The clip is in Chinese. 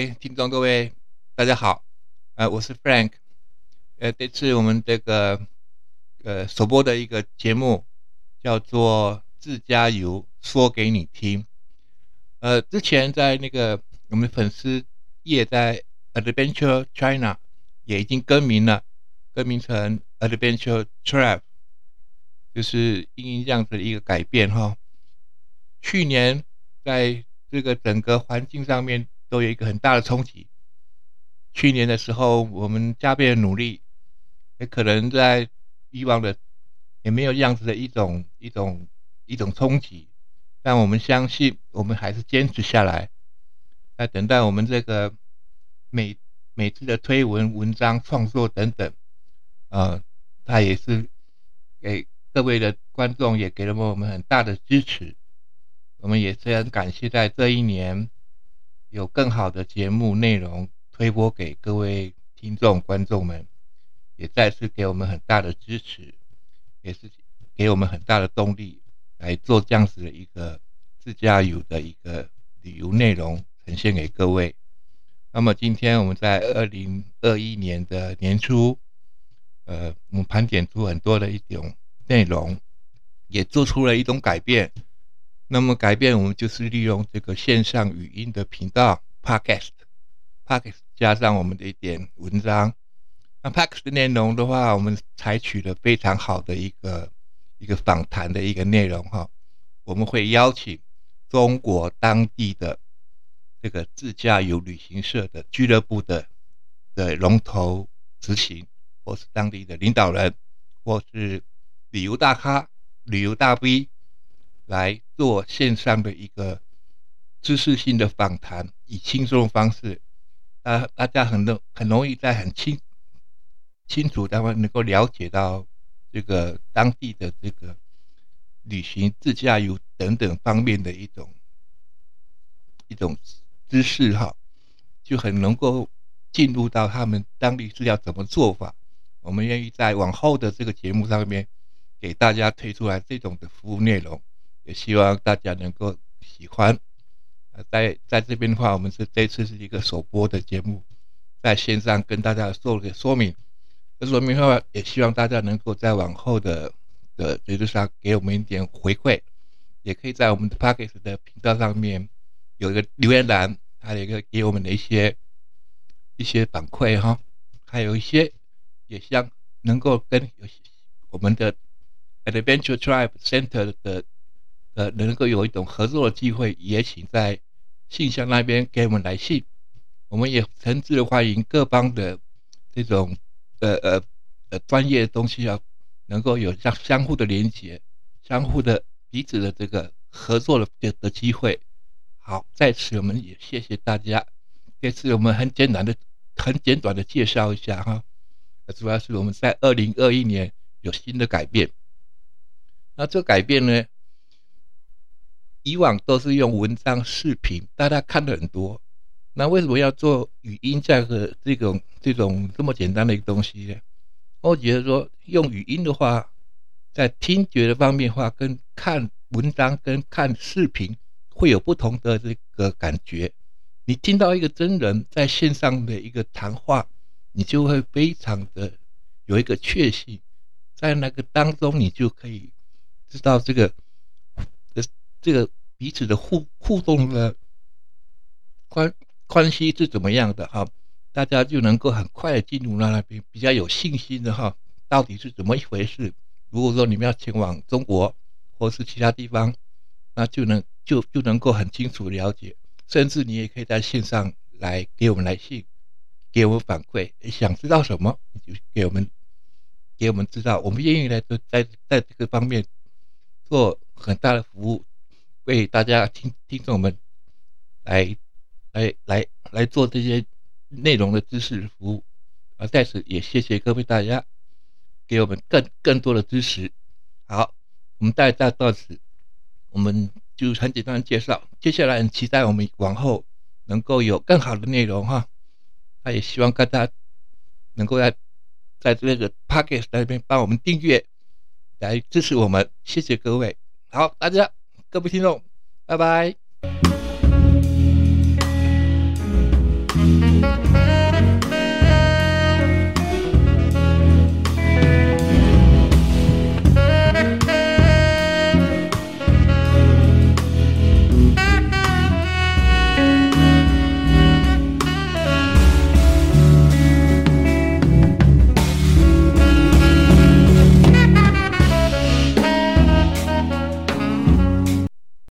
位听众，各位大家好，我是 Frank，这次我们这个首播的一个节目叫做自驾游说给你听。之前在那个我们粉丝页在 Adventure China 也已经更名了，更名成 Adventure Travel， 就是因这样子的一个改变哈。去年在这个整个环境上面都有一个很大的冲击。去年的时候，我们加倍的努力，也可能在以往的也没有这样子的一种冲击，但我们相信，我们还是坚持下来，在等待我们这个每次的推文章创作等等，它也是给各位的观众也给了我们很大的支持。我们也是很感谢在这一年有更好的节目内容推播给各位听众观众们，也再次给我们很大的支持，也是给我们很大的动力来做这样子的一个自驾游的一个旅游内容呈现给各位。那么今天我们在2021年的年初，我们盘点出很多的一种内容，也做出了一种改变。那么改变我们就是利用这个线上语音的频道 Podcast 加上我们的一点文章。那 Podcast 的内容的话，我们采取了非常好的一个访谈的一个内容哈。我们会邀请中国当地的这个自驾游旅行社的俱乐部的龙头执行，或是当地的领导人，或是旅游大咖、旅游大 V 来做线上的一个知识性的访谈，以轻松的方式，大家很容易在很清楚的能够了解到这个当地的这个旅行、自驾游等等方面的一种知识哈，就很能够进入到他们当地是要怎么做法。我们愿意在往后的这个节目上面给大家推出来这种的服务内容，也希望大家能够喜欢。在这边的话，我们这次是一个首播的节目，在线上跟大家做个说明。这说明的话，也希望大家能够在往后的节目上给我们一点回馈，也可以在我们的 Podcast 的频道上面有一个留言栏，还有一个给我们的一些反馈哈，还有一些也希望能够跟我们的 Adventure Tribe Center 的能够有一种合作的机会，也请在信箱那边给我们来信。我们也诚挚的欢迎各方的这种专业的东西能够有相互的连结，相互的彼此的这个合作的机会。好，在此我们也谢谢大家。这次我们很简短的介绍一下哈，主要是我们在2021年有新的改变。那这改变呢，以往都是用文章、视频，大家看的很多。那为什么要做语音这种这么简单的一个东西呢？我觉得说用语音的话，在听觉的方面的话，跟看文章跟看视频会有不同的这个感觉。你听到一个真人在线上的一个谈话，你就会非常的有一个确信，在那个当中你就可以知道这个彼此的互动的关系是怎么样的哈，大家就能够很快的进入到那边，比较有信心的哈，到底是怎么一回事。如果说你们要前往中国或是其他地方，那就能够很清楚了解，甚至你也可以在线上来给我们来信，给我们反馈，想知道什么就给我们知道，我们愿意来在这个方面做很大的服务，为大家听众们来做这些内容的知识服务。在此也谢谢各位大家给我们更多的支持。好，我们到此，我们就很简单的介绍，接下来很期待我们往后能够有更好的内容哈。那也希望大家能够在这个 Podcast 那边帮我们订阅，来支持我们，谢谢各位。好，各位听众，拜拜。